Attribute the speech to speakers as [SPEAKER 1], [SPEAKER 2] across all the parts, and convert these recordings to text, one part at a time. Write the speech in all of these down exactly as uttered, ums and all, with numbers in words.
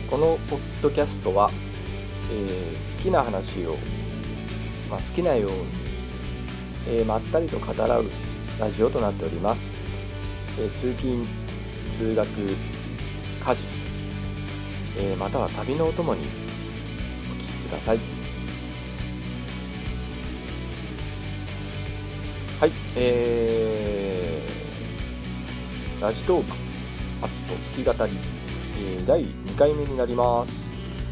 [SPEAKER 1] このポッドキャストは、えー、好きな話を、まあ、好きなように、えー、まったりと語らうラジオとなっております。えー、通勤、通学、家事、えー、または旅のお供にお聞きください。はい、えー、ラジトークアット月語り、えー、だいにかいめになります。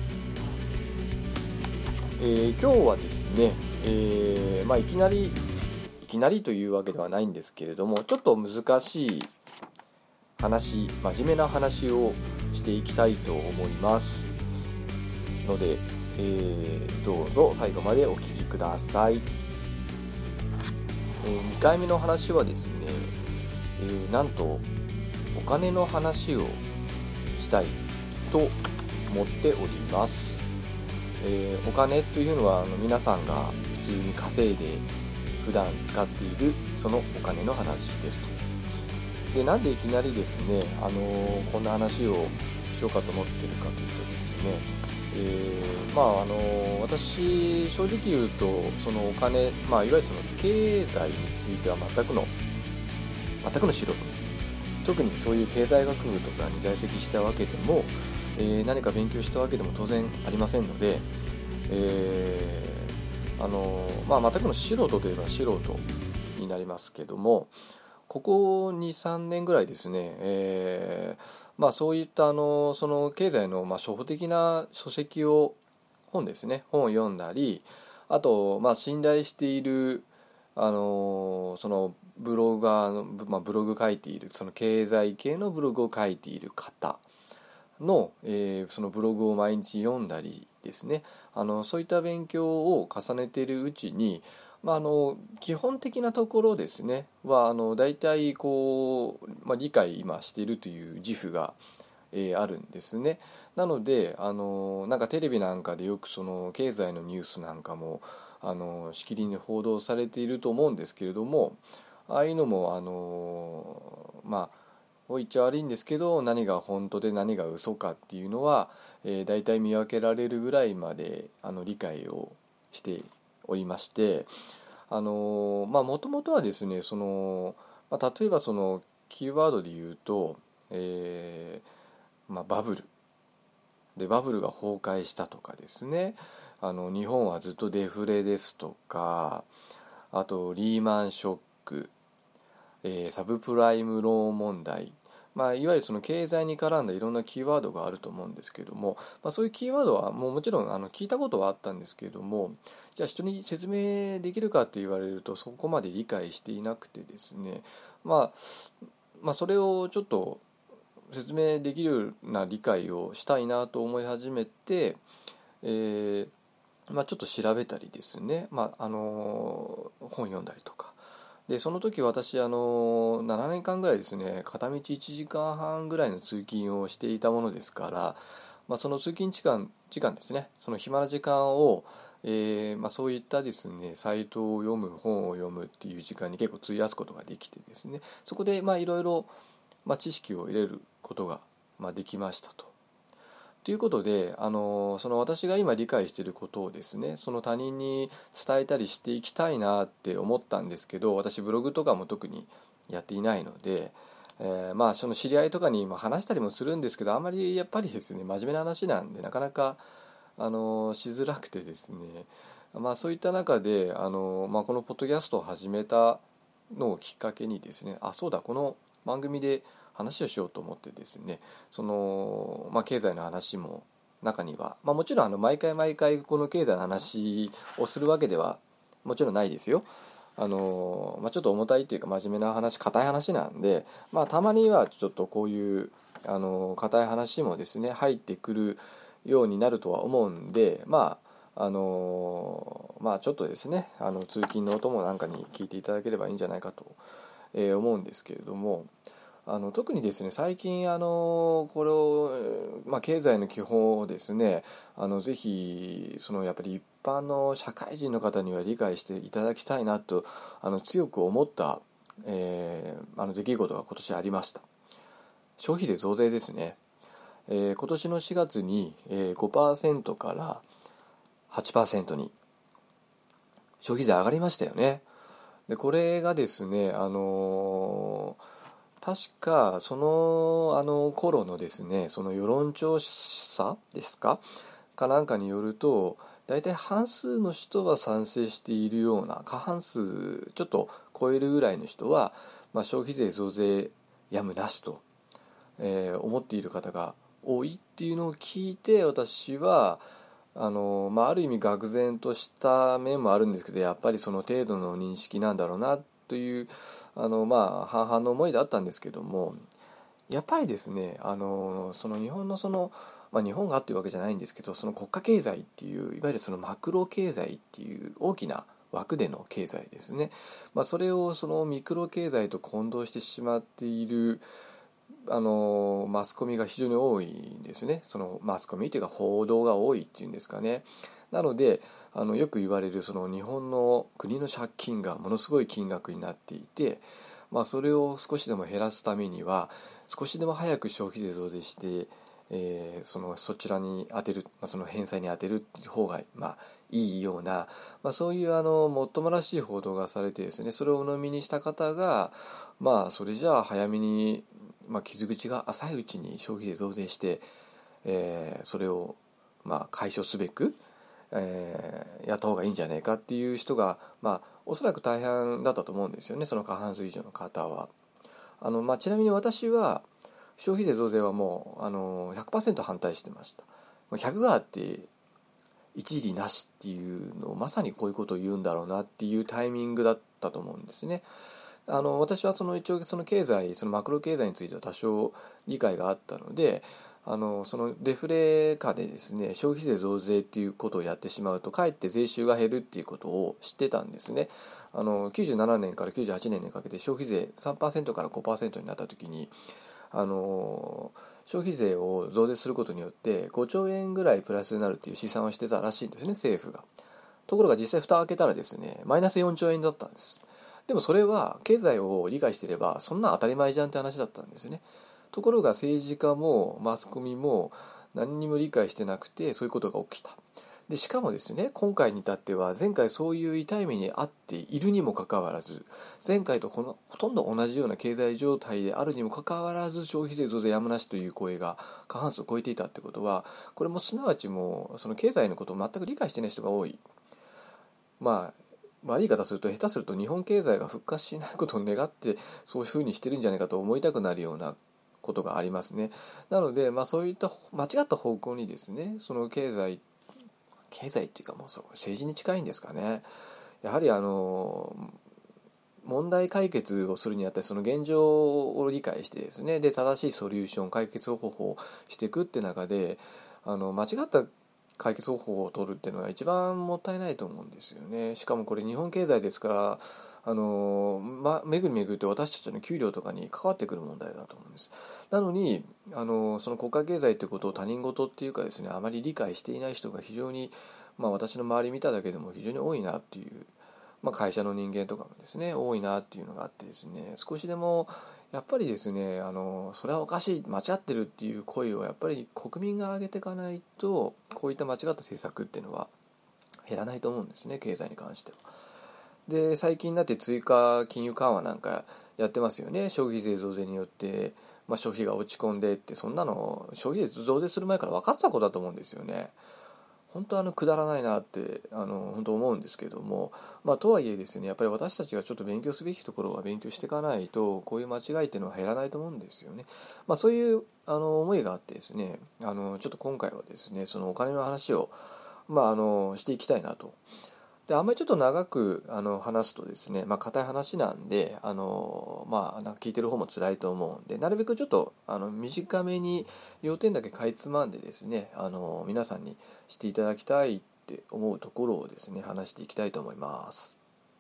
[SPEAKER 1] えー、今日はですね、えーまあ、いきなりいきなりというわけではないんですけれども、ちょっと難しい話、真面目な話をしていきたいと思いますので、えー、どうぞ最後までお聞きください。えー、にかいめの話はですね、えー、なんとお金の話をしたいと思っております。えー、お金というのはあの皆さんが普通に稼いで普段使っているそのお金の話ですと。で、なんでいきなりですね、あのー、こんな話をしようかと思っているかというとですね、えー、まああのー、私正直言うとそのお金、まあ、いわゆるその経済については全くの全くの素人です。特にそういう経済学部とかに在籍したわけでも、えー、何か勉強したわけでも当然ありませんので、えー、あのまあ全くの素人といえば素人になりますけども、ここ に,さん 年ぐらいですね、えー、まあそういったあのその経済のまあ初歩的な書籍を本ですね本を読んだり、あとまあ信頼しているあのそのブロガーの、まあ、ブログ書いているその経済系のブログを書いている方の、えー、そのブログを毎日読んだりですね、あのそういった勉強を重ねているうちに、まあ、あの基本的なところですねはあの大体こう、まあ、理解今しているという自負が、えー、あるんですね。なのであのなんかテレビなんかでよくその経済のニュースなんかもあのしきりに報道されていると思うんですけれども、ああいうのもあのまあこう言っちゃ悪いんですけど、何が本当で何が嘘かっていうのは、えー、大体見分けられるぐらいまであの理解をしておりまして、あのまあもともとはですねその、まあ、例えばそのキーワードで言うと、えーまあ、バブルでバブルが崩壊したとかですね、あの日本はずっとデフレですとか、あとリーマンショック、えー、サブプライムローン問題、まあ、いわゆるその経済に絡んだいろんなキーワードがあると思うんですけども、まあ、そういうキーワードはもうもちろんあの聞いたことはあったんですけども、じゃあ人に説明できるかって言われるとそこまで理解していなくてですね、まあ、まあそれをちょっと説明できるような理解をしたいなと思い始めて、えーまあ、ちょっと調べたりですね、まああの本読んだりとかで、その時私あのななねんかんぐらいですね片道いちじかんはんぐらいの通勤をしていたものですから、まあ、その通勤時間時間ですね、その暇な時間を、えーまあ、そういったですねサイトを読む本を読むっていう時間に結構費やすことができてですね、そこでまあいろいろ知識を入れることがまあできましたと。ということで、あのその私が今理解していることをですね、その他人に伝えたりしていきたいなって思ったんですけど、私ブログとかも特にやっていないので、えー、まあその知り合いとかに話したりもするんですけど、あんまりやっぱりですね真面目な話なんでなかなかあのしづらくてですね、まあそういった中であの、まあ、このポッドキャストを始めたのをきっかけにですね、あ、そうだ、この番組で話をしようと思ってですね、その、まあ、経済の話も中には、まあ、もちろんあの毎回毎回この経済の話をするわけではもちろんないですよ。あの、まあ、ちょっと重たいというか真面目な話、硬い話なんで、まあ、たまにはちょっとこういうあの硬い話もですね入ってくるようになるとは思うんで、まああのまあちょっとですねあの通勤のお供なんかに聞いていただければいいんじゃないかと、えー、思うんですけれども、あの特にですね最近あのこれを、まあ、経済の基本をですねあのぜひそのやっぱり一般の社会人の方には理解していただきたいなとあの強く思った、えー、あの出来事が今年ありました。消費税増税ですね。 えー、今年のしがつに、えー、ごパーセント から はちパーセント に消費税上がりましたよね。でこれがですね、あのー確かそのあの頃のですね、その世論調査ですかかなんかによると、大体半数の人は賛成しているような、過半数ちょっと超えるぐらいの人は、まあ、消費税増税やむなしと、えー思っている方が多いっていうのを聞いて、私はあの、まあ、ある意味愕然とした面もあるんですけど、やっぱりその程度の認識なんだろうなというあの、まあ、半々の思いだったんですけども、やっぱりですね、あのその日本のその、まあ、日本がっていうわけじゃないんですけど、その国家経済っていう、いわゆるそのマクロ経済っていう大きな枠での経済ですね、まあ、それをそのミクロ経済と混同してしまっているあのマスコミが非常に多いんですね。そのマスコミというか報道が多いっていうんですかね。なのであのよく言われるその日本の国の借金がものすごい金額になっていて、まあ、それを少しでも減らすためには少しでも早く消費税増税して、えー、そのそちらに充てる、まあ、その返済に充てるっていう方が、まあ、いいような、まあ、そういうあのもっともらしい報道がされてですね、それを鵜呑みにした方が、まあそれじゃあ早めに、まあ、傷口が浅いうちに消費税増税して、えー、それをまあ解消すべく、えー、やった方がいいんじゃないかっていう人が、まあ、おそらく大半だったと思うんですよね、その過半数以上の方は。あの、まあ、ちなみに私は消費税増税はもうあの ひゃくパーセント 反対してました。ひゃくがあって一理なしっていうのを、まさにこういうことを言うんだろうなっていうタイミングだったと思うんですね。あの私はその一応その経済、そのマクロ経済については多少理解があったので、あのそのデフレ下でですね、消費税増税っていうことをやってしまうとかえって税収が減るっていうことを知ってたんですね。あのきゅうじゅうななねんからきゅうじゅうはちねんにかけて消費税 さんパーセント から ごパーセント になった時に、あの消費税を増税することによってごちょうえんぐらいプラスになるっていう試算をしてたらしいんですね、政府が。ところが実際蓋を開けたらですね、マイナスよんちょうえんだったんです。でもそれは経済を理解していればそんな当たり前じゃんって話だったんですね。ところが政治家もマスコミも何にも理解してなくて、そういうことが起きた。でしかもですね、今回に至っては前回そういう痛い目に遭っているにもかかわらず、前回とほのほとんど同じような経済状態であるにもかかわらず、消費税増税やむなしという声が過半数を超えていたってことは、これもすなわちもうその経済のことを全く理解していない人が多い。まあ悪い言い方すると、下手すると日本経済が復活しないことを願ってそういうふうにしてるんじゃないかと思いたくなるようなことがありますね。なので、まあ、そういった間違った方向にですね、その経済経済っていうかもうそう政治に近いんですかね。やはりあの問題解決をするにあたり、その現状を理解してですね、で正しいソリューション、解決方法をしていくって中で、あの間違った解決方法を取るっていうのは一番もったいないと思うんですよね。しかもこれ日本経済ですから、あのま、巡り巡って私たちの給料とかに関わってくる問題だと思うんです。なのにあのその国家経済ということを他人事っていうかですね、あまり理解していない人が非常に、まあ、私の周り見ただけでも非常に多いなっていう、まあ、会社の人間とかもですね多いなっていうのがあってですね、少しでもやっぱりですね、あのそれはおかしい、間違ってるっていう声をやっぱり国民が上げていかないと、こういった間違った政策っていうのは減らないと思うんですね、経済に関しては。で最近になって追加金融緩和なんかやってますよね。消費税増税によって、まあ、消費が落ち込んでって、そんなの消費税増税する前から分かってたことだと思うんですよね。本当あのくだらないなってあの本当思うんですけども、まあとはいえですね、やっぱり私たちがちょっと勉強すべきところは勉強していかないと、こういう間違いっていうのは減らないと思うんですよね。まあそういうあの思いがあってですね、あのちょっと今回はですね、そのお金の話をまああのしていきたいなと。であんまりちょっと長くあの話すとですね、まあ硬い話なんで、あのまあなんか聞いてる方も辛いと思うんで、なるべくちょっとあの短めに要点だけかいつまんでですね、あの皆さんにしていただきたいって思うところをですね、話していきたいと思います。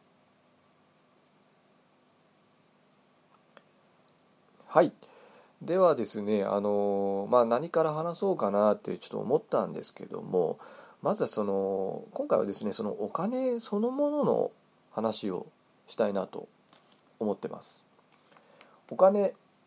[SPEAKER 1] はい。ではですね、あのまあ何から話そうかなってちょっと思ったんですけども、まずはその今回はですね、そのお金そのものの話をしたいなと思ってます。お金っ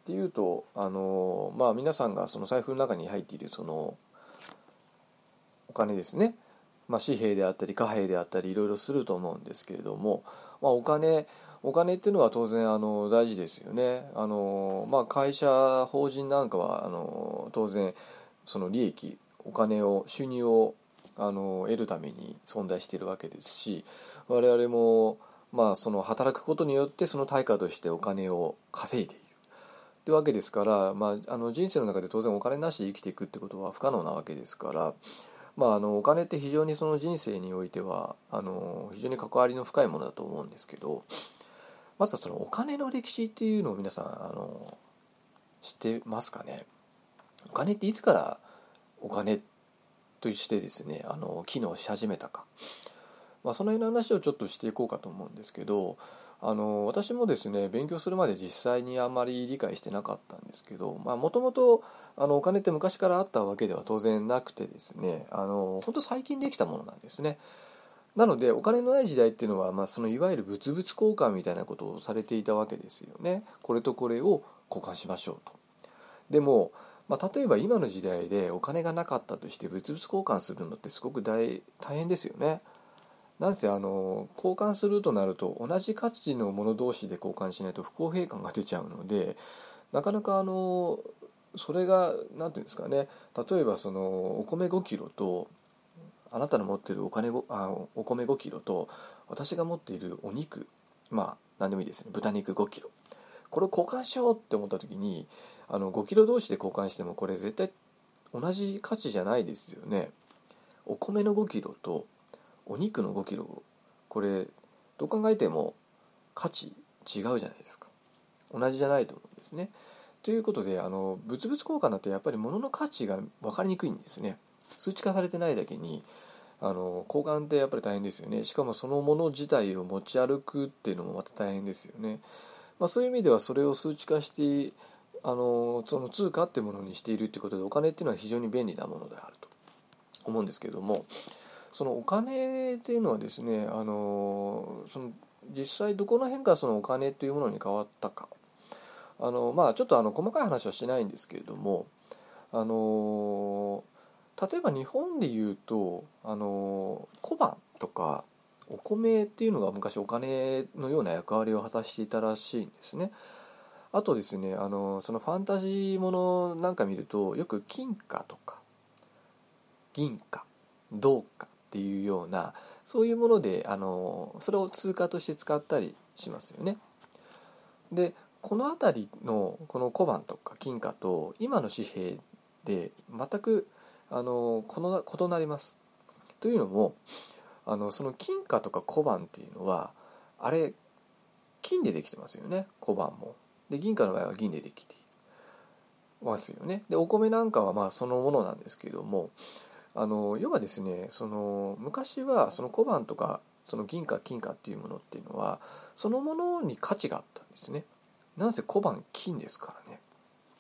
[SPEAKER 1] っていうと、あのまあ、皆さんがその財布の中に入っているそのお金ですね、まあ、紙幣であったり貨幣であったりいろいろすると思うんですけれども、まあ、お金お金っていうのは当然あの大事ですよね。あの、まあ、会社法人なんかはあの当然その利益お金を収入をあの得るために存在しているわけですし、我々もまあその働くことによってその対価としてお金を稼いでいるというわけですから、まあ、あの人生の中で当然お金なしで生きていくってことは不可能なわけですから、まあ、あのお金って非常にその人生においてはあの非常に関わりの深いものだと思うんですけど、まずはそのお金の歴史っていうのを皆さんあの知ってますかね。お金っていつからお金としてですねあの機能し始めたか、まあ、その辺の話をちょっとしていこうかと思うんですけど、あの私もですね勉強するまで実際にあまり理解してなかったんですけど、もともとお金って昔からあったわけでは当然なくてですね、あの本当最近できたものなんですね。なのでお金のない時代っていうのは、まあ、そのいわゆる物々交換みたいなことをされていたわけですよね。これとこれを交換しましょうと。でも、まあ、例えば今の時代でお金がなかったとして物々交換するのってすごく大大変ですよね。なんせあの交換するとなると同じ価値のもの同士で交換しないと不公平感が出ちゃうので、なかなかあのそれが何ていうんですかね、例えばそのお米ごキロとあなたの持っているお金あお米ごキロと私が持っているお肉、まあ何でもいいですね、豚肉ごキロ、これを交換しようって思った時にあのごキロ同士で交換してもこれ絶対同じ価値じゃないですよね。お米のごキロとお肉のごキロ、これどう考えても価値違うじゃないですか。同じじゃないと思うんですね。ということであの物々交換だとやっぱり物の価値が分かりにくいんですね。数値化されてないだけにあの交換ってやっぱり大変ですよね。しかもそのもの自体を持ち歩くっていうのもまた大変ですよね。まあ、そういう意味ではそれを数値化してあのその通貨っていうものにしているっていうことでお金っていうのは非常に便利なものであると思うんですけれども、そのお金っていうのはですねあのその実際どこの辺からそのお金というものに変わったか、あのまあちょっとあの細かい話はしないんですけれども、あの例えば日本でいうとあの小判とかお米っていうのが昔お金のような役割を果たしていたらしいんですね。あとですねあのそのファンタジーものなんか見るとよく金貨とか銀貨銅貨っていうようなそういうものであのそれを通貨として使ったりしますよね。でこの辺りのこの小判とか金貨と今の紙幣で全くあのこの異なります。というのもあのその金貨とか小判っていうのはあれ金でできてますよね。小判もで銀貨の場合は銀でできていますよね。でお米なんかはまあそのものなんですけれども、あの要はですねその昔はその小判とかその銀貨金貨っていうものっていうのはそのものに価値があったんですね。なんせ小判金ですからね、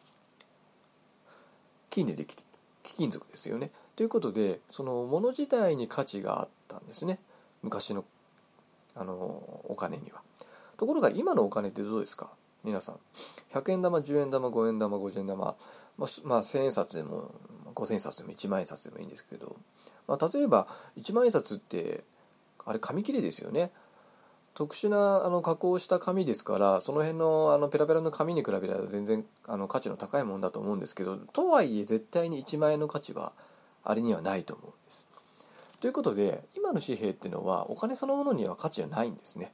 [SPEAKER 1] 金でできている貴金属ですよね。ということでそのもの自体に価値があったんですね、昔のあのお金には。ところが今のお金ってどうですか皆さん。ひゃくえん玉じゅうえん玉ごえん玉ごじゅうえん玉、まあ、まあせんえん札でもごせんえん札でもいちまん円札でもいいんですけど、まあ、例えばいちまん円札ってあれ紙切れですよね。特殊なあの加工した紙ですから、その辺のあのペラペラの紙に比べれば全然あの価値の高いものだと思うんですけど、とはいえ絶対にいちまん円の価値はあれにはないと思うんです。ということで今の紙幣っていうのはお金そのものには価値はないんですね。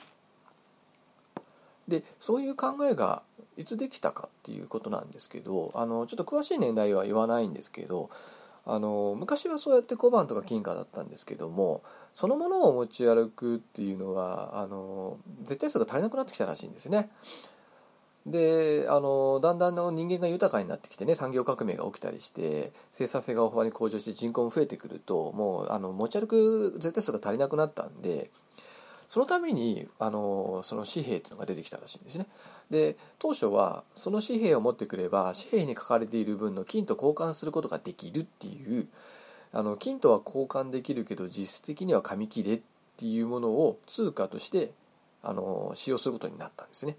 [SPEAKER 1] でそういう考えがいつできたかっていうことなんですけど、あのちょっと詳しい年代は言わないんですけど、あの昔はそうやって小判とか金貨だったんですけども、そのものを持ち歩くっていうのはあの絶対数が足りなくなってきたらしいんですね。であのだんだんの人間が豊かになってきてね、産業革命が起きたりして生産性が大幅に向上して人口も増えてくると、もうあの持ち歩く絶対数が足りなくなったんで、そのためにあのその紙幣っていうのが出てきたらしいんですね。で当初はその紙幣を持ってくれば紙幣に書かれている分の金と交換することができるっていう、あの金とは交換できるけど実質的には紙切れっていうものを通貨としてあの使用することになったんですね。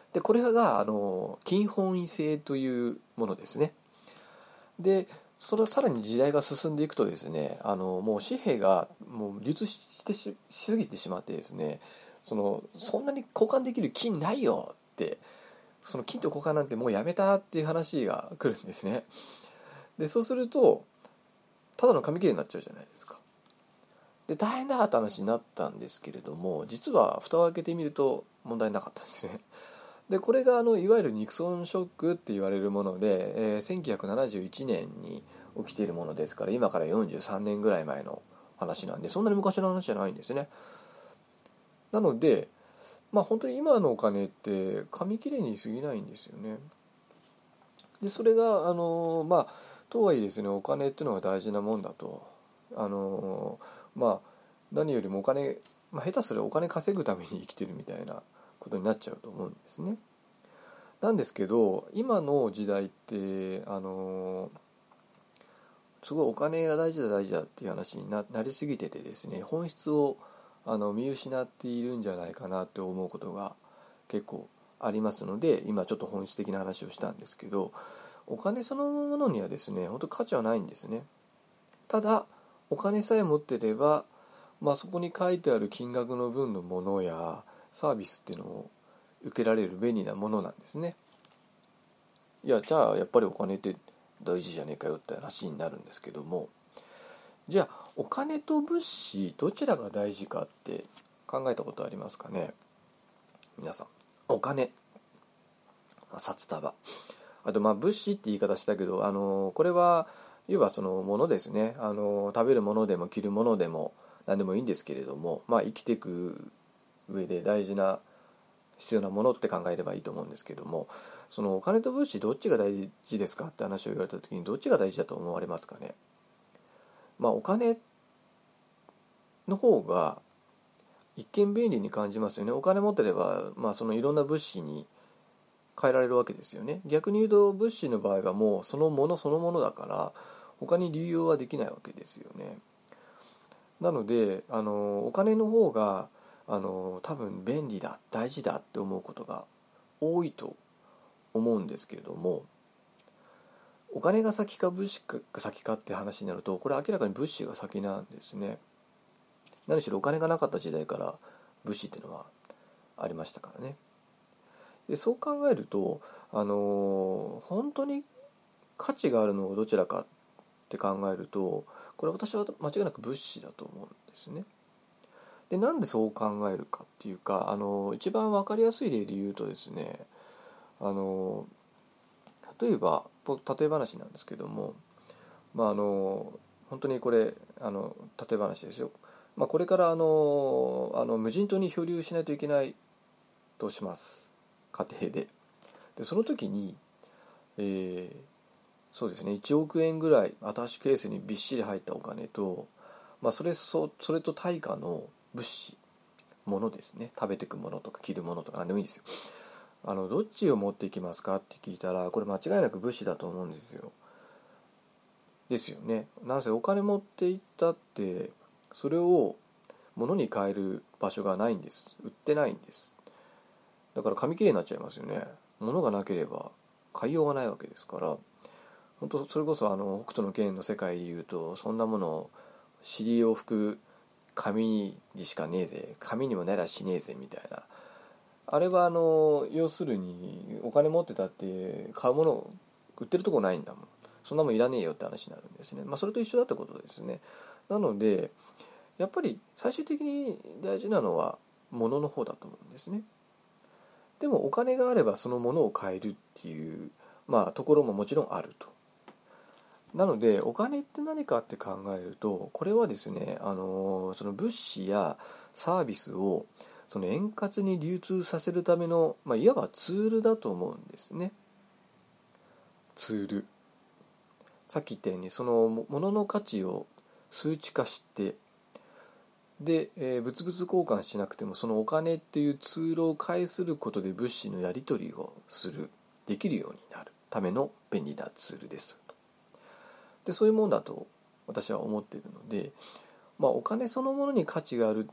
[SPEAKER 1] でこれがあの金本位制というものですね。でそれさらに時代が進んでいくとですね、あのもう紙幣がもう流通してしすぎてしまってですね、そのそんなに交換できる金ないよって、その金と交換なんてもうやめたっていう話が来るんですね。でそうするとただの紙切れになっちゃうじゃないですか。で大変だって話になったんですけれども、実は蓋を開けてみると問題なかったんですね。でこれがあのいわゆるニクソンショックって言われるもので、えー、せんきゅうひゃくななじゅういちねんに起きているものですから、今からよんじゅうさんねんぐらい前の話なんで、そんなに昔の話じゃないんですね。なのでまあ本当に今のお金って紙切れに過ぎないんですよね。でそれがあのまあとはいえですね、お金っていうのが大事なもんだと、あのまあ何よりもお金、まあ、下手すればお金稼ぐために生きてるみたいなことになっちゃうと思うんですね。なんですけど今の時代ってあのすごいお金が大事だ大事だっていう話に な, なりすぎててですね、本質をあの見失っているんじゃないかなって思うことが結構ありますので、今ちょっと本質的な話をしたんですけど、お金そのものにはですね本当価値はないんですね。ただお金さえ持ってれば、まあ、そこに書いてある金額の分のものやサービスっていうのを受けられる便利なものなんですね。いやじゃあやっぱりお金って大事じゃねえかよって話になるんですけども、じゃあお金と物資どちらが大事かって考えたことありますかね。皆さん、お金、札束、あとまあ物資って言い方したけど、あのこれは要はそのものですね。あの食べるものでも着るものでも何でもいいんですけれども、まあ生きていく上で大事な必要なものって考えればいいと思うんですけども、そのお金と物資どっちが大事ですかって話を言われた時にどっちが大事だと思われますかね。まあお金の方が一見便利に感じますよね。お金持ってれば、まあ、そのいろんな物資に変えられるわけですよね。逆に言うと物資の場合はもうそのものそのものだから他に流用はできないわけですよね。なのであのお金の方があの多分便利だ大事だって思うことが多いと思うんですけれども、お金が先か物資が先かって話になると、これ明らかに物資が先なんですね。何しろお金がなかった時代から物資っていうのはありましたからね。でそう考えると、あのー、本当に価値があるのはどちらかって考えると、これ私は間違いなく物資だと思うんですね。でなんでそう考えるかっていうか、あのー、一番分かりやすい例で言うとですね、あのー、例えば例え話なんですけども、まああの本当にこれあの例え話ですよ。まあ、これからあのあの無人島に漂流しないといけないとします、家庭で。でその時に、えー、そうですねいちおくえんぐらいアタッシュケースにびっしり入ったお金と、まあ、それそそれと対価の物資、物ですね、食べていくものとか着るものとか何でもいいんですよ。あのどっちを持っていきますかって聞いたら、これ間違いなく物資だと思うんですよ。ですよね。なんせお金持っていったってそれを物に変える場所がないんです。売ってないんです。だから紙切れになっちゃいますよね。物がなければ買いようがないわけですから、本当それこそあの北斗の拳の世界でいうと、そんなものを尻を拭く紙にしかねえぜ、紙にもならしねえぜみたいな、あれはあの要するにお金持ってたって買うもの売ってるとこないんだもん、そんなもんいらねえよって話になるんですね。まあそれと一緒だってことですね。なのでやっぱり最終的に大事なのは物の方だと思うんですね。でもお金があればそのものを買えるっていう、まあ、ところももちろんあると。なのでお金って何かって考えると、これはですね、あのその物資やサービスをその円滑に流通させるための、まあ、いわばツールだと思うんですね。ツール。さっき言ったようにそのものの価値を数値化してで、えー、物々交換しなくてもそのお金っていうツールを介することで物資のやり取りをするできるようになるための便利なツールですと。でそういうものだと私は思っているので、まあ、お金そのものに価値がある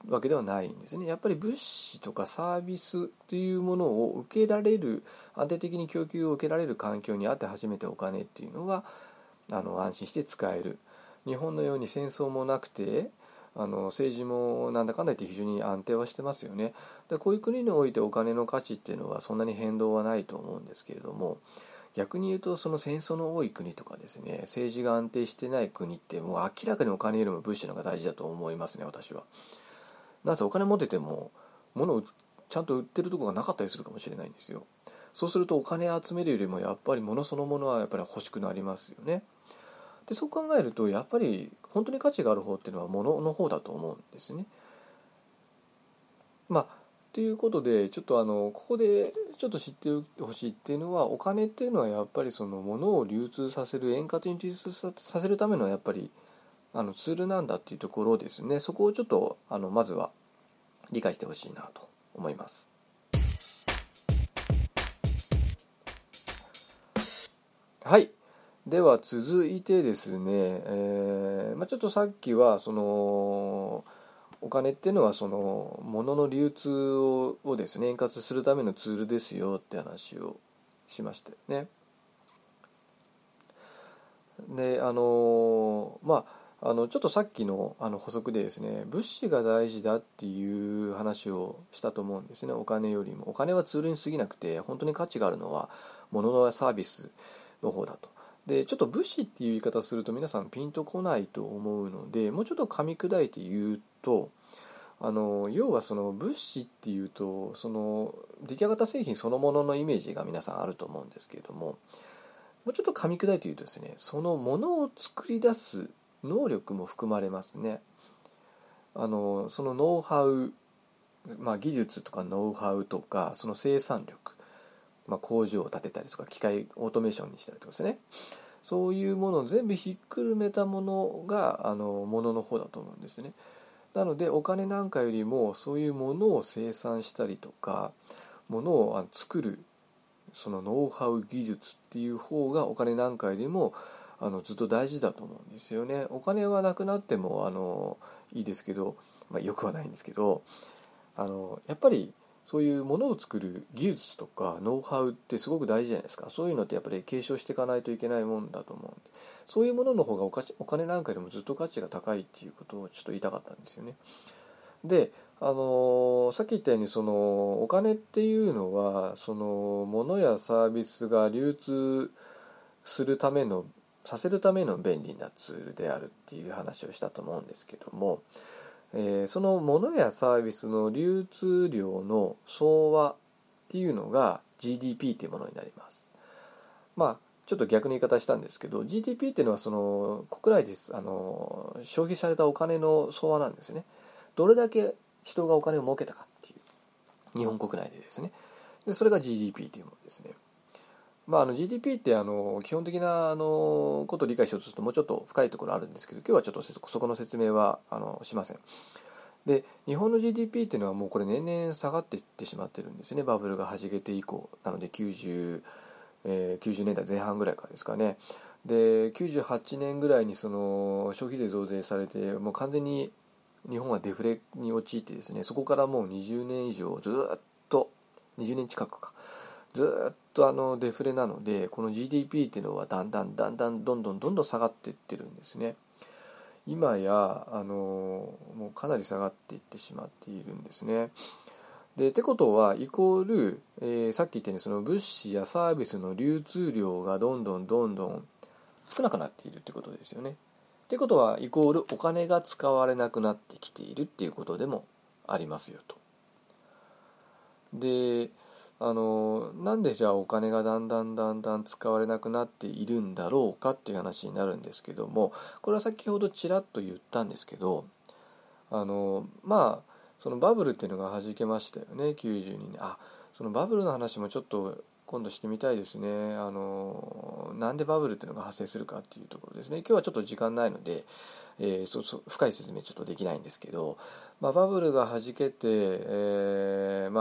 [SPEAKER 1] わけではないんですね。やっぱり物資とかサービスというものを受けられる、安定的に供給を受けられる環境にあって初めてお金っていうのはあの安心して使える。日本のように戦争もなくて、あの政治もなんだかんだ言って非常に安定はしてますよね。でこういう国においてお金の価値っていうのはそんなに変動はないと思うんですけれども、逆に言うとその戦争の多い国とかですね、政治が安定してない国ってもう明らかにお金よりも物資の方が大事だと思いますね、私は。なぜお金持ってても物をちゃんと売ってるところがなかったりするかもしれないんですよ。そうするとお金集めるよりもやっぱり物そのものはやっぱり欲しくなりますよね。でそう考えるとやっぱり本当に価値がある方っていうのは物の方だと思うんですね。まあということでちょっとあのここでちょっと知ってほしいっていうのは、お金っていうのはやっぱりその物を流通させる、円滑に流通させるためのやっぱりあのツールなんだっていうところですね。そこをちょっとあのまずは理解してほしいなと思います。はい、では続いてですね、えーまあ、ちょっとさっきはそのお金っていうのはその物の流通ををですね円滑するためのツールですよって話をしましたよね。であのまああのちょっとさっきのあの補足でですね、物資が大事だっていう話をしたと思うんですね。お金よりもお金はツールに過ぎなくて、本当に価値があるのは物のサービスの方だと。でちょっと物資っていう言い方すると皆さんピンとこないと思うので、もうちょっと噛み砕いて言うと、あの要はその物資っていうとその出来上がった製品そのもののイメージが皆さんあると思うんですけれども、もうちょっと噛み砕いて言うとですね、そのものを作り出す能力も含まれますね。あのそのノウハウ、まあ、技術とかノウハウとかその生産力、まあ、工場を建てたりとか機械オートメーションにしたりとかですね、そういうものを全部ひっくるめたものがあのものの方だと思うんですね。なのでお金なんかよりもそういうものを生産したりとかものを作るそのノウハウ技術っていう方がお金なんかよりもあのずっと大事だと思うんですよね。お金はなくなってもあのいいですけど、まあ、よくはないんですけど、あのやっぱりそういうものを作る技術とかノウハウってすごく大事じゃないですか。そういうのってやっぱり継承していかないといけないもんだと思うんで、そういうものの方がおかしお金なんかよりもずっと価値が高いっていうことをちょっと言いたかったんですよね。であのさっき言ったようにそのお金っていうのはその物やサービスが流通するためのさせるための便利なツールであるっていう話をしたと思うんですけども、えー、その物やサービスの流通量の総和っていうのが ジーディーピー っていうものになります。まあちょっと逆に言い方したんですけど ジーディーピー っていうのはその国内ですあの消費されたお金の総和なんですね。どれだけ人がお金を儲けたかっていう日本国内でですね。でそれが ジーディーピー というものですね。まあ、あの ジーディーピー ってあの基本的なあのことを理解しようとするともうちょっと深いところあるんですけど、今日はちょっとそこの説明はあのしません。で日本の ジーディーピー っていうのはもうこれ年々下がっていってしまってるんですね。バブルがはじけて以降なのできゅうじゅう、えー、きゅうじゅうねんだいぜん半ぐらいからですかね。できゅうじゅうはちねんぐらいにその消費税増税されてもう完全に日本はデフレに陥ってですね、そこからもうにじゅうねん以上ずっとにじゅうねん近くかずっとあのデフレなので、この ジーディーピー っていうのはだんだんだんだんどんどんどんどん下がっていってるんですね。今やあのもうかなり下がっていってしまっているんですね。でってことはイコール、えー、さっき言ったようにその物資やサービスの流通量がどんどんどんどん少なくなっているってことですよね。ってことはイコールお金が使われなくなってきているっていうことでもありますよと。であのなんでじゃあお金がだんだんだんだん使われなくなっているんだろうかっていう話になるんですけども、これは先ほどちらっと言ったんですけど、あのまあそのバブルっていうのがはじけましたよね、きゅうじゅうにねん。あそのバブルの話もちょっと今度してみたいですね。あのなんでバブルっていうのが発生するかっていうところですね。今日はちょっと時間ないので、えー、そそ深い説明ちょっとできないんですけど、まあ、バブルがはじけて、えー、まあ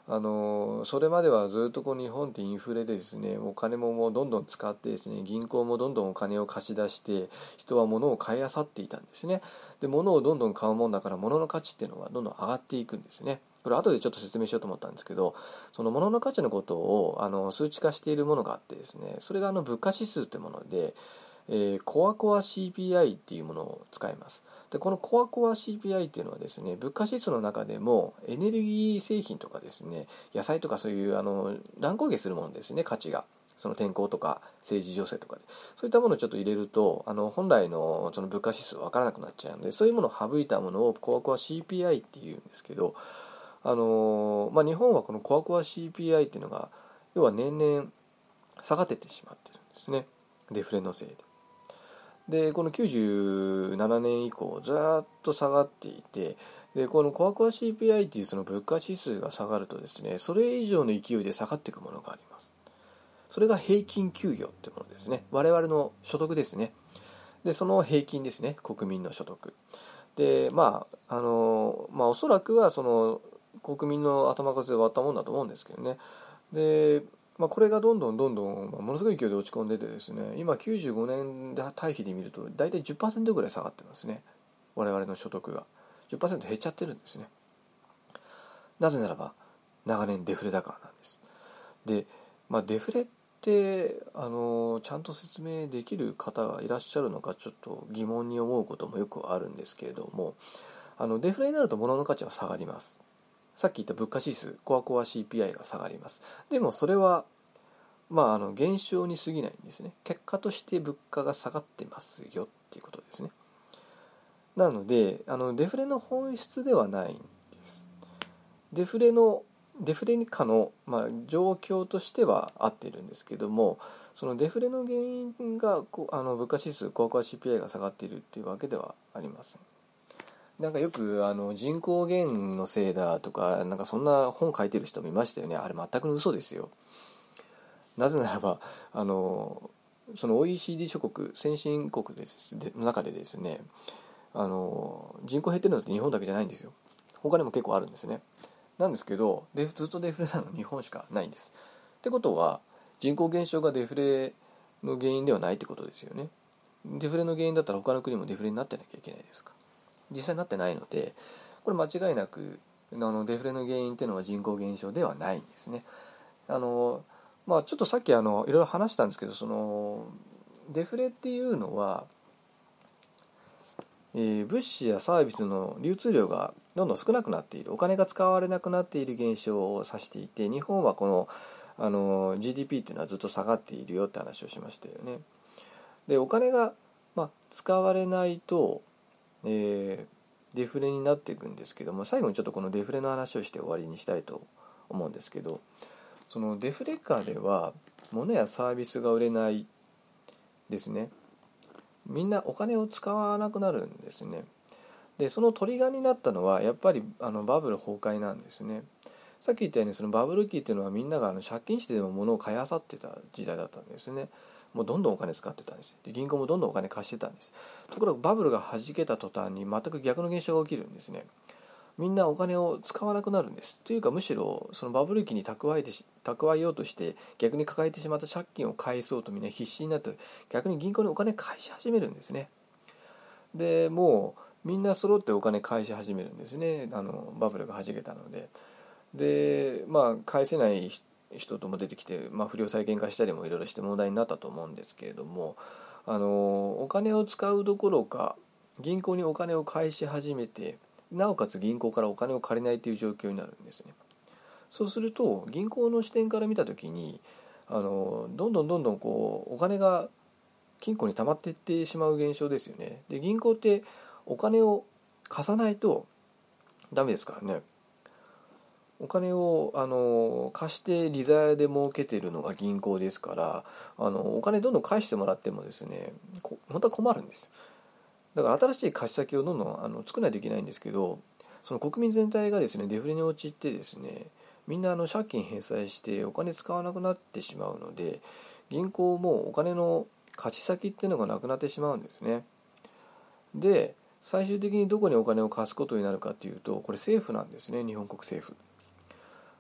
[SPEAKER 1] あのそれまではずっとこう日本ってインフレでですね、お金ももうどんどん使ってですね、銀行もどんどんお金を貸し出して人は物を買い漁っていたんですね。で物をどんどん買うもんだから物の価値っていうのはどんどん上がっていくんですね。これ後でちょっと説明しようと思ったんですけど、その物の価値のことをあの数値化しているものがあってですね、それがあの物価指数というもので、えー、コアコア シーピーアイ っていうものを使います。でこのコアコア シーピーアイ っていうのはですね、物価指数の中でもエネルギー製品とかですね、野菜とかそういうあの乱高下するものですね、価値が。その天候とか政治情勢とかでそういったものをちょっと入れると、あの本来のその物価指数分からなくなっちゃうので、そういうものを省いたものをコアコア シーピーアイ っていうんですけど、あのまあ、日本はこのコアコア シーピーアイ っていうのが要は年々下がっていってしまってるんですね、デフレのせいで。でこのきゅうじゅうななねん以降ずっと下がっていて、でこのコアコア シーピーアイ っていうその物価指数が下がるとですね、それ以上の勢いで下がっていくものがあります。それが平均給与ってものですね。我々の所得ですね。でその平均ですね、国民の所得で、まああのまあおそらくはその国民の頭数で割ったもんだと思うんですけどね。でまあ、これがどんどんどんどんものすごい勢いで落ち込んでてですね、今きゅうじゅうごねんで対比で見ると大体 じゅっパーセント ぐらい下がってますね、我々の所得が じゅっパーセント 減っちゃってるんですね。なぜならば長年デフレだからなんです。で、まあ、デフレってあのちゃんと説明できる方がいらっしゃるのかちょっと疑問に思うこともよくあるんですけれども、あのデフレになると物の価値は下がります。さっき言った物価指数コアコア シーピーアイ が下がります。でもそれはまああの減少に過ぎないんですね。結果として物価が下がってますよっていうことですね。なのであのデフレの本質ではないんです。デフレのデフレ下の、まあ、状況としては合っているんですけども、そのデフレの原因がこうあの物価指数コアコア シーピーアイ が下がっているっていうわけではありません。なんかよくあの人口減のせいだとか、なんかそんな本書いてる人もいましたよね。あれ全くの嘘ですよ。なぜならばあのその オーイーシーディー 諸国先進国ですでの中でですね、あの人口減ってるのって日本だけじゃないんですよ。他にも結構あるんですね。なんですけどでずっとデフレなの日本しかないんです。ってことは人口減少がデフレの原因ではないってことですよね。デフレの原因だったら他の国もデフレになってなきゃいけないですか。実際になってないので、これ間違いなくあのデフレの原因っていうのは人口減少ではないんですね。あのまあちょっとさっきあのいろいろ話したんですけど、そのデフレっていうのは、えー、物資やサービスの流通量がどんどん少なくなっている、お金が使われなくなっている現象を指していて、日本はこのあの ジーディーピー っていうのはずっと下がっているよって話をしましたよね。でお金が、まあ、使われないとえー、デフレになっていくんですけども、最後にちょっとこのデフレの話をして終わりにしたいと思うんですけど、そのデフレ下では物やサービスが売れないですね。みんなお金を使わなくなるんですね。でそのトリガーになったのはやっぱりあのバブル崩壊なんですね。さっき言ったようにそのバブル期っていうのはみんながあの借金してでも物を買い漁ってた時代だったんですね。もうどんどんお金使ってたんです。で銀行もどんどんお金貸してたんです。ところがバブルが弾けた途端に全く逆の現象が起きるんですね。みんなお金を使わなくなるんです。というかむしろそのバブル期に蓄えて蓄えようとして逆に抱えてしまった借金を返そうとみんな必死になって逆に銀行にお金返し始めるんですね。でもうみんな揃ってお金返し始めるんですね。あのバブルが弾けたので。でまあ返せない人とも出てきて、まあ、不良債権化したりもいろいろして問題になったと思うんですけれども、あのお金を使うどころか銀行にお金を返し始めて、なおかつ銀行からお金を借りないという状況になるんですね。そうすると銀行の視点から見たときにあのどんどんどんどんこうお金が金庫に溜まっていってしまう現象ですよね。で銀行ってお金を貸さないとダメですからね。お金をあの貸して利ざやで儲けてるのが銀行ですから、あのお金どんどん返してもらってもですね、こ本当は困るんです。だから新しい貸し先をどんどんあの作らないといけないんですけど、その国民全体がですねデフレに陥ってですね、みんなあの借金返済してお金使わなくなってしまうので、銀行もお金の貸し先っていうのがなくなってしまうんですね。で最終的にどこにお金を貸すことになるかというと、これ政府なんですね。日本国政府。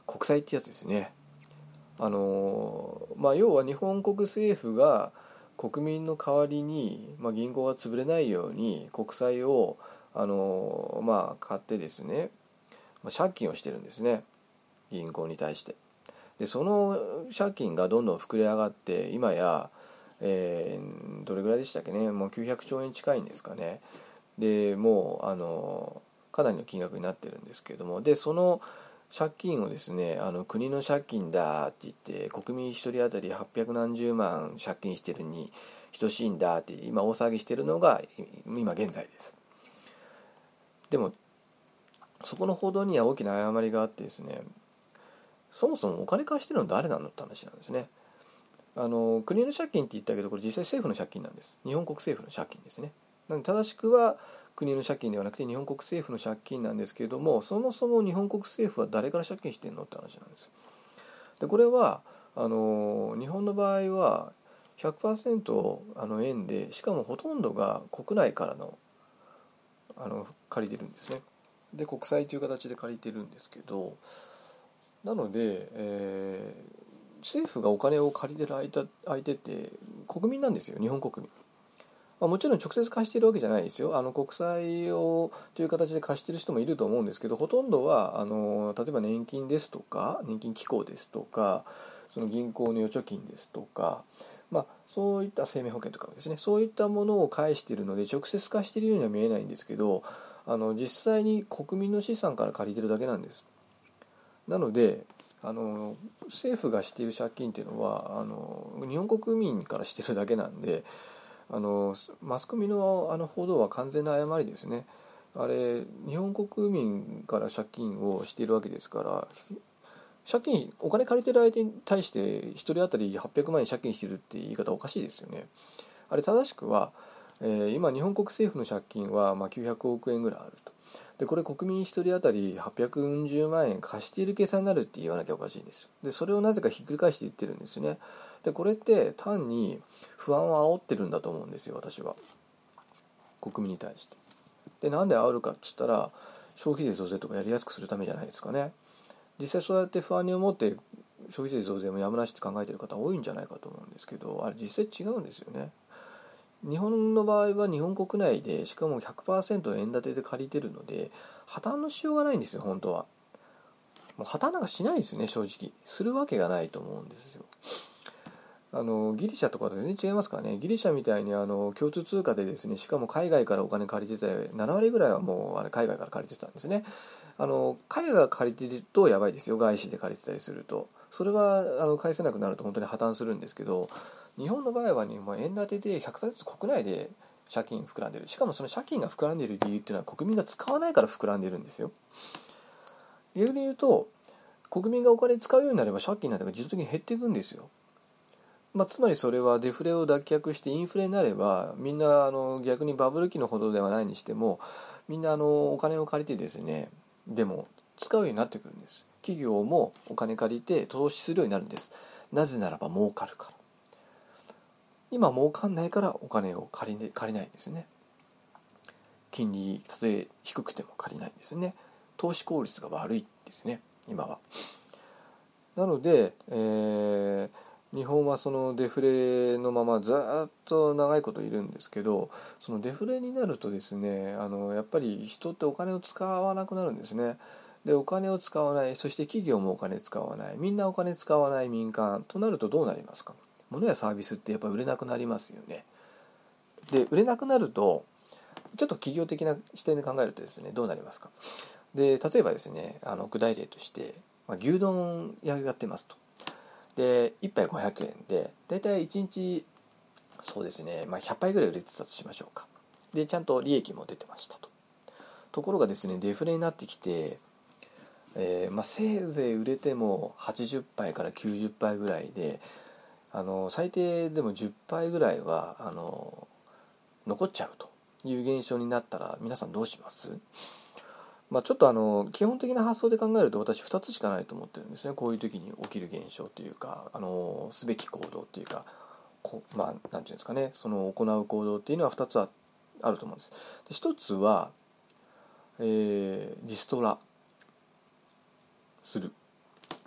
[SPEAKER 1] 国債ってやつですね。あのまあ要は日本国政府が国民の代わりに、まあ、銀行が潰れないように国債をあのまあ買ってですね、まあ、借金をしてるんですね、銀行に対して。でその借金がどんどん膨れ上がって今や、えー、どれぐらいでしたっけね、もうきゅうひゃくちょうえん近いんですかね。でもうあのかなりの金額になってるんですけれども、でその借金をですね、あの国の借金だって言って国民一人当たりはっぴゃくなんじゅうまん借金してるに等しいんだって今大騒ぎしてるのが今現在です。でもそこの報道には大きな誤りがあってですね、そもそもお金貸してるの誰なのって話なんですね。あの国の借金って言ったけどこれ実際政府の借金なんです。日本国政府の借金ですね。なので正しくは国の借金ではなくて日本国政府の借金なんですけれども、そもそも日本国政府は誰から借金してるのって話なんです。でこれはあの日本の場合は ひゃくパーセント あの円で、しかもほとんどが国内からの、あの借りてるんですね。で国債という形で借りてるんですけど、なので、えー、政府がお金を借りてる相手、相手って国民なんですよ、日本国民。まあ、もちろん直接貸してるわけじゃないですよ。あの国債をという形で貸してる人もいると思うんですけど、ほとんどはあの例えば年金ですとか年金機構ですとか、その銀行の預貯金ですとか、まあ、そういった生命保険とかですね、そういったものを返しているので直接貸しているようには見えないんですけど、あの実際に国民の資産から借りてるだけなんです。なのであの政府がしている借金っていうのはあの日本国民からしてるだけなんで、あのマスコミのあの報道は完全な誤りですね。あれ日本国民から借金をしているわけですから、借金お金借りてる相手に対してひとり当たりはっぴゃくまん円借金してるって言い方おかしいですよね。あれ正しくは、えー、今日本国政府の借金はまあきゅうひゃくおくえんぐらいあると。でこれ国民ひとり当たりはっぴゃくうんじゅうまん円貸している計算になるって言わなきゃおかしいんですよ。でそれをなぜかひっくり返して言ってるんですよね。でこれって単に不安を煽ってるんだと思うんですよ、私は。国民に対して。でなんで煽るかって言ったら、消費税増税とかやりやすくするためじゃないですかね。実際そうやって不安に思って消費税増税もやむなしって考えている方多いんじゃないかと思うんですけど、あれ実際違うんですよね。日本の場合は日本国内でしかも ひゃくパーセント 円建てで借りてるので破綻のしようがないんですよ。本当はもう破綻なんかしないですね。正直するわけがないと思うんですよ。あのギリシャとかと全然違いますからね。ギリシャみたいにあの共通通貨でですね、しかも海外からお金借りててななわりぐらいはもうあれ海外から借りてたんですね。あの海外が借りてるとやばいですよ。外資で借りてたりするとそれはあの返せなくなると本当に破綻するんですけど、日本の場合はね、もう円建てで ひゃくパーセント 国内で借金膨らんでる。しかもその借金が膨らんでいる理由っていうのは国民が使わないから膨らんでいるんですよ。逆に言うと国民がお金使うようになれば借金なんて自動的に減っていくんですよ。まあ、つまりそれはデフレを脱却してインフレになれば、みんなあの逆にバブル期のほどではないにしてもみんなあのお金を借りてですね、でも使うようになってくるんです。企業もお金借りて投資するようになるんです。なぜならば儲かるから。今儲かんないからお金を借り、借りないんですね。金利たとえ低くても借りないんですね。投資効率が悪いですね今は。なので、えー日本はそのデフレのままずっと長いこといるんですけど、そのデフレになるとですね、あのやっぱり人ってお金を使わなくなるんですね。でお金を使わない、そして企業もお金使わない、みんなお金使わない民間となるとどうなりますか。物やサービスってやっぱり売れなくなりますよね。で売れなくなるとちょっと企業的な視点で考えるとですね、どうなりますか。で例えばですね、あの具体例として、まあ、牛丼屋やってますと。でいっぱいごひゃくえんでだいたいいちにちそうですね、まあ、ひゃっぱいぐらい売れてたとしましょうか。でちゃんと利益も出てましたと。ところがですね、デフレになってきて、えーまあ、せいぜい売れてもはちじゅっぱいからきゅうじゅっぱいぐらいで、あの最低でもじゅっぱいぐらいはあの残っちゃうという現象になったら皆さんどうします？まあ、ちょっとあの基本的な発想で考えると私ふたつしかないと思ってるんですね。こういう時に起きる現象というか、あのすべき行動というか、こまあなんていうんですかね、その行う行動っていうのはふたつあると思うんです。でひとつは、えー、リストラする。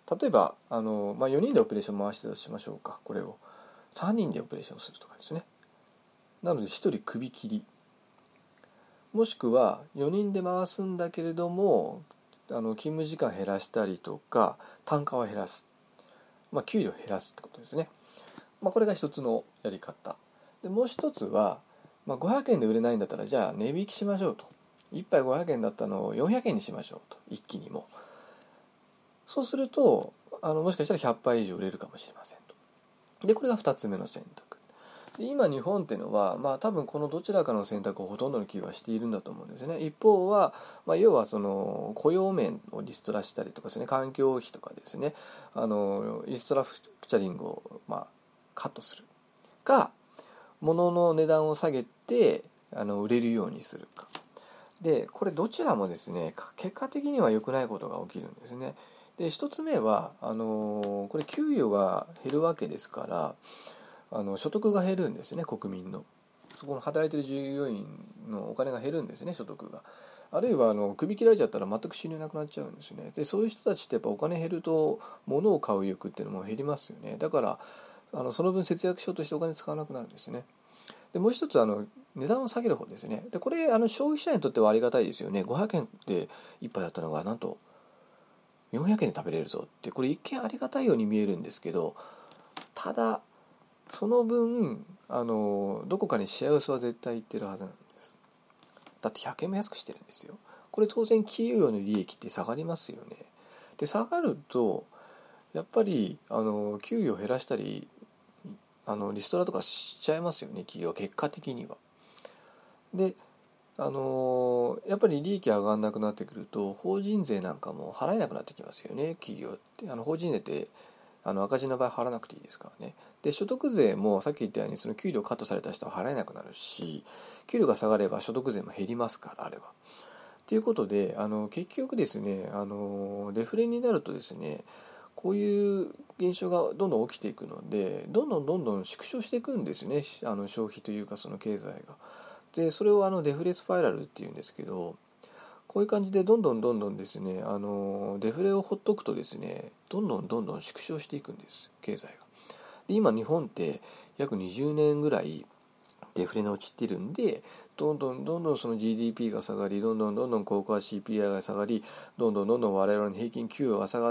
[SPEAKER 1] 例えばあの、まあ、よにんでオペレーション回してたとしましょうか。これをさんにんでオペレーションするとかですね。なのでひとり首切り、もしくはよにんで回すんだけれどもあの勤務時間減らしたりとか単価を減らす、まあ、給料を減らすってことですね。まあ、これが一つのやり方で、もう一つは、まあ、ごひゃくえんで売れないんだったらじゃあ値引きしましょうと。いっぱいごひゃくえんだったのをよんひゃくえんにしましょうと、一気にも。そうするとあのもしかしたらひゃくはい以上売れるかもしれませんと。でこれがふたつめの選択で、今日本っていうのは、まあ、多分このどちらかの選択をほとんどの企業はしているんだと思うんですね。一方は、まあ、要はその雇用面をリストラしたりとかですね、環境費とかですね、あのリストラクチャリングを、まあ、カットするか、物の値段を下げてあの売れるようにするかで、これどちらもですね結果的には良くないことが起きるんですね。で一つ目はあのこれ給与が減るわけですから、あの所得が減るんですね。国民のそこの働いてる従業員のお金が減るんですね、所得が。あるいはあの首切られちゃったら全く収入なくなっちゃうんですね。でそういう人たちってやっぱお金減ると物を買う欲っていうのも減りますよね。だからあのその分節約しようとしてお金使わなくなるんですね。でもう一つあの値段を下げる方ですね。でこれあの消費者にとってはありがたいですよね。ごひゃくえんで一杯だったのがなんとよんひゃくえんで食べれるぞって、これ一見ありがたいように見えるんですけど、ただその分あのどこかに幸せは絶対いってるはずなんです。だってひゃくえんも安くしてるんですよ。これ当然企業の利益って下がりますよね。で下がるとやっぱりあの給与を減らしたりあのリストラとかしちゃいますよね、企業結果的には。であのやっぱり利益上がらなくなってくると法人税なんかも払えなくなってきますよね、企業って。あの法人税ってあの赤字の場合払わなくていいですからね。で所得税もさっき言ったようにその給料カットされた人は払えなくなるし、給料が下がれば所得税も減りますから、あれば。ということであの結局ですね、あのデフレになるとですね、こういう現象がどんどん起きていくので、どんどんどんどん縮小していくんですね、あの消費というかその経済が。でそれをあのデフレスパイラルっていうんですけど、こういう感じでどんどんどんどんですね、あのデフレをほっとくとですね、どんどんどんどん縮小していくんです、経済が。で今日本って約にじゅうねんぐらいデフレに陥っているんで、どんどんどんどんその ジーディーピー が下がり、どんどんどんどんコア シーピーアイ が下がり、どんどんどんどん我々の平均給与が下がって、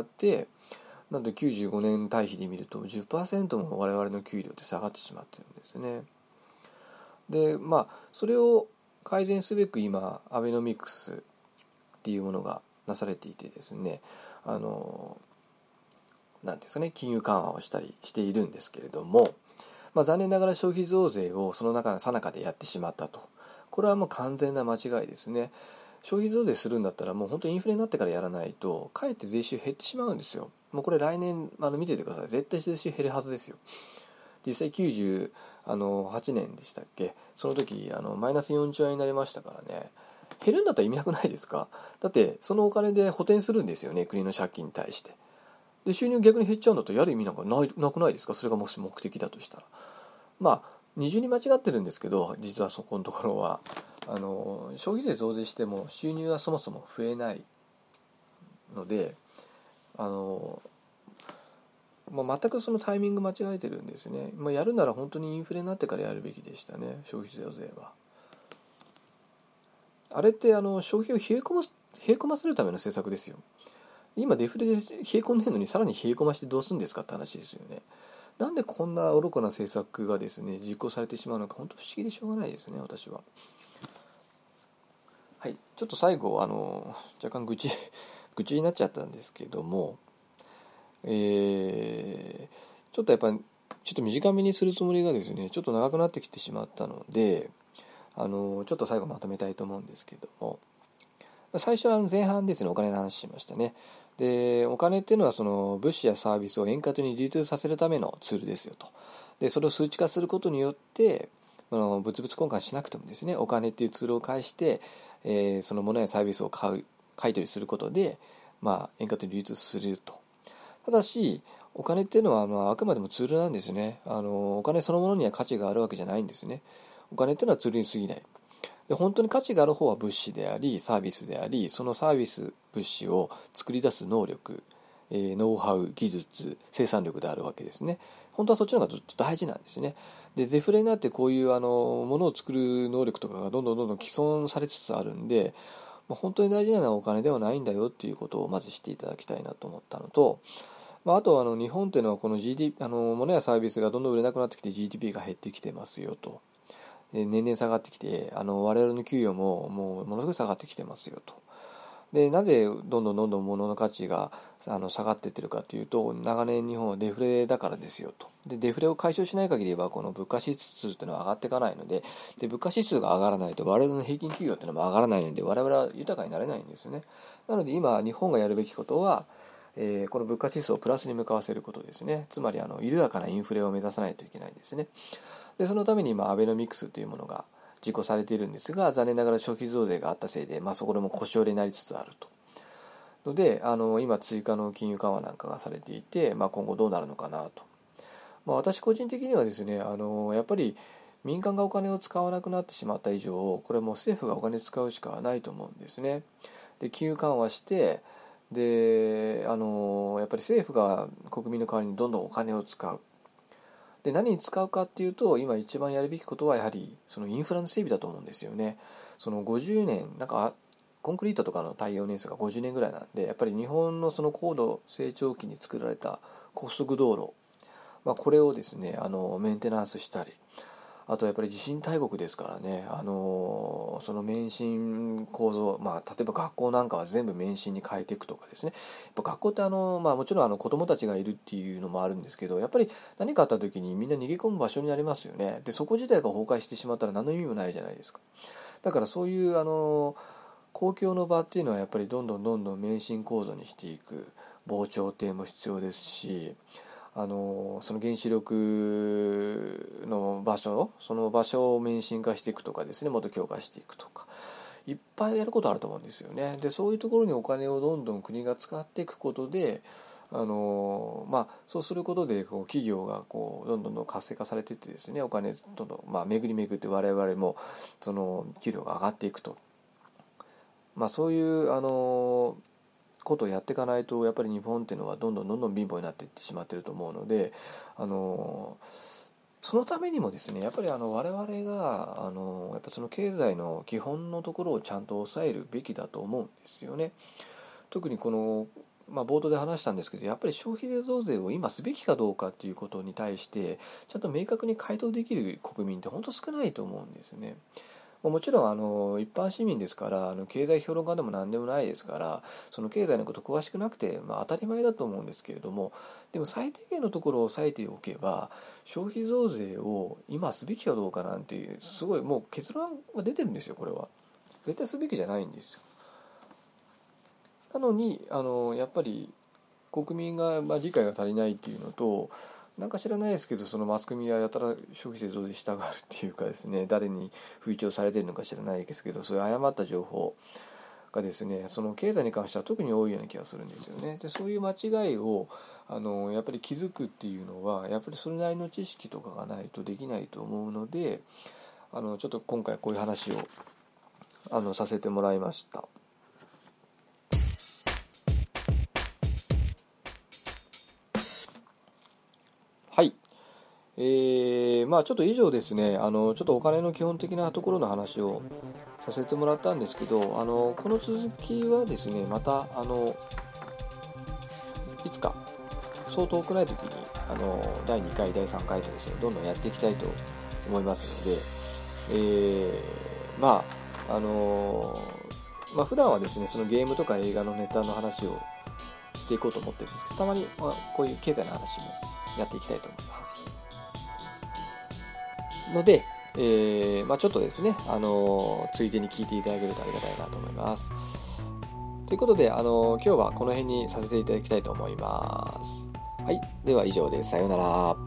[SPEAKER 1] なんときゅうじゅうごねん対比で見ると じゅっパーセント も我々の給料って下がってしまってるんですね。でまあそれを改善すべく今アベノミクスっていうものがなされていてですね、あのなんですかね、金融緩和をしたりしているんですけれども、まあ、残念ながら消費増税をその中の最中でやってしまったと。これはもう完全な間違いですね。消費増税するんだったらもう本当にインフレになってからやらないとかえって税収減ってしまうんですよ。もうこれ来年あの見ててください。絶対税収減るはずですよ。実際きゅうじゅうはちねんでしたっけ、その時あのマイナスよんじゅうえんになりましたからね。減るんだったら意味なくないですか。だってそのお金で補填するんですよね、国の借金に対して。で収入逆に減っちゃうんだとやる意味なんかないなくないですか。それがもし目的だとしたら、まあ二重に間違ってるんですけど、実はそこのところはあの消費税増税しても収入はそもそも増えないので、あのまあ、全くそのタイミング間違えてるんですね。まあ、やるなら本当にインフレになってからやるべきでしたね、消費税は。あれってあの消費を冷え込ま、冷え込ませるための政策ですよ。今デフレで冷え込んでるのにさらに冷え込ましてどうするんですかって話ですよね。なんでこんな愚かな政策がですね実行されてしまうのか本当不思議でしょうがないですね、私は。はい、ちょっと最後あの若干愚痴愚痴になっちゃったんですけども、えー、ちょっとやっぱりちょっと短めにするつもりがですねちょっと長くなってきてしまったので、あのちょっと最後まとめたいと思うんですけども、最初は前半ですね、お金の話しましたね。でお金っていうのはその物資やサービスを円滑に流通させるためのツールですよと。でそれを数値化することによってあの物々交換しなくてもですね、お金っていうツールを介して、えー、その物やサービスを買う買い取りすることで、まあ、円滑に流通すると。ただしお金っていうのは、まあ、あくまでもツールなんですね。あのお金そのものには価値があるわけじゃないんですね。お金っていうのはツールに過ぎない。で本当に価値がある方は物資でありサービスであり、そのサービス物資を作り出す能力えー、ノウハウ、技術、生産力であるわけですね。本当はそっちの方がずっと大事なんですね。で、デフレになってこういうあのものを作る能力とかがどんどんどんどん既存されつつあるんで、まあ、本当に大事なのはお金ではないんだよっていうことをまず知っていただきたいなと思ったのと、まあ、あとあの日本っていうのはこの ジーディーピー、あの物やサービスがどんどん売れなくなってきて ジーディーピー が減ってきてますよと。で年々下がってきて、あの我々の給与ももうものすごい下がってきてますよと。でなぜどんどんどんどん物の価値があの下がっていってるかというと、長年日本はデフレだからですよと。でデフレを解消しない限りはこの物価指数というのは上がっていかないので、で物価指数が上がらないと我々の平均給与というのも上がらないので、我々は豊かになれないんですよね。なので今日本がやるべきことは、えー、この物価指数をプラスに向かわせることですね。つまりあの緩やかなインフレを目指さないといけないんですね。でそのために今アベノミクスというものが実行されているんですが、残念ながら消費増税があったせいで、まあ、そこでも腰折れになりつつあると。のであの今追加の金融緩和なんかがされていて、まあ、今後どうなるのかなと。まあ、私個人的にはですね、あのやっぱり民間がお金を使わなくなってしまった以上、これも政府がお金を使うしかないと思うんですね。で金融緩和して、であのやっぱり政府が国民の代わりにどんどんお金を使う。で何に使うかっていうと、今一番やるべきことはやはりそのインフラの整備だと思うんですよね。そのごじゅうねんなんかコンクリートとかの耐用年数がごじゅうねんぐらいなんで、やっぱり日本のその高度成長期に作られた高速道路、まあ、これをですねあのメンテナンスしたり、あとやっぱり地震大国ですからね、あのその免震構造、まあ、例えば学校なんかは全部免震に変えていくとかですね。やっぱ学校ってあの、まあ、もちろんあの子どもたちがいるっていうのもあるんですけど、やっぱり何かあった時にみんな逃げ込む場所になりますよね。でそこ自体が崩壊してしまったら何の意味もないじゃないですか。だからそういうあの公共の場っていうのはやっぱりどんどんどんどん免震構造にしていく。防潮堤も必要ですし、あのその原子力の場所その場所を免震化していくとかですね、もっと強化していくとか、いっぱいやることあると思うんですよね。でそういうところにお金をどんどん国が使っていくことで、あのまあ、そうすることでこう企業がこうどんどんどん活性化されていってですね、お金どんどん、まあ、巡り巡って我々もその給料が上がっていくと、まあ、そういうあのことをやっていかないと、やっぱり日本っていうのはどんどんどんどん貧乏になっていってしまっていると思うので、あのそのためにもですね、やっぱりあの我々があのやっぱその経済の基本のところをちゃんと抑えるべきだと思うんですよね。特にこの、まあ、冒頭で話したんですけど、やっぱり消費税増税を今すべきかどうかっていうことに対してちゃんと明確に回答できる国民って本当少ないと思うんですね。もちろんあの一般市民ですから、あの経済評論家でも何でもないですから、その経済のこと詳しくなくて、まあ、当たり前だと思うんですけれども、でも最低限のところを押さえておけば、消費増税を今すべきかどうかなんていうすごいもう結論が出てるんですよ。これは絶対すべきじゃないんですよ。なのにあのやっぱり国民が、まあ、理解が足りないっていうのと、なんか知らないですけど、そのマスコミはやたら消費税増税したがるっていうかですね、誰に吹聴されてるのか知らないですけど、そういう誤った情報がですね、その経済に関しては特に多いような気がするんですよね。でそういう間違いをあのやっぱり気づくっていうのは、やっぱりそれなりの知識とかがないとできないと思うので、あのちょっと今回こういう話をあのさせてもらいました。はい、えー、まあちょっと以上ですね、あのちょっとお金の基本的なところの話をさせてもらったんですけど、あのこの続きはですね、またあのいつかそう遠くない時にあのだいにかいだいさんかいとですね、どんどんやっていきたいと思いますので、えー、まああのまあ普段はですね、そのゲームとか映画のネタの話をしていこうと思ってるんですけど、たまに、まあ、こういう経済の話もやっていきたいと思いますので、えーまあ、ちょっとですね、あのついでに聞いていただけるとありがたいなと思います。ということで、あの今日はこの辺にさせていただきたいと思います。はい、では以上です。さようなら。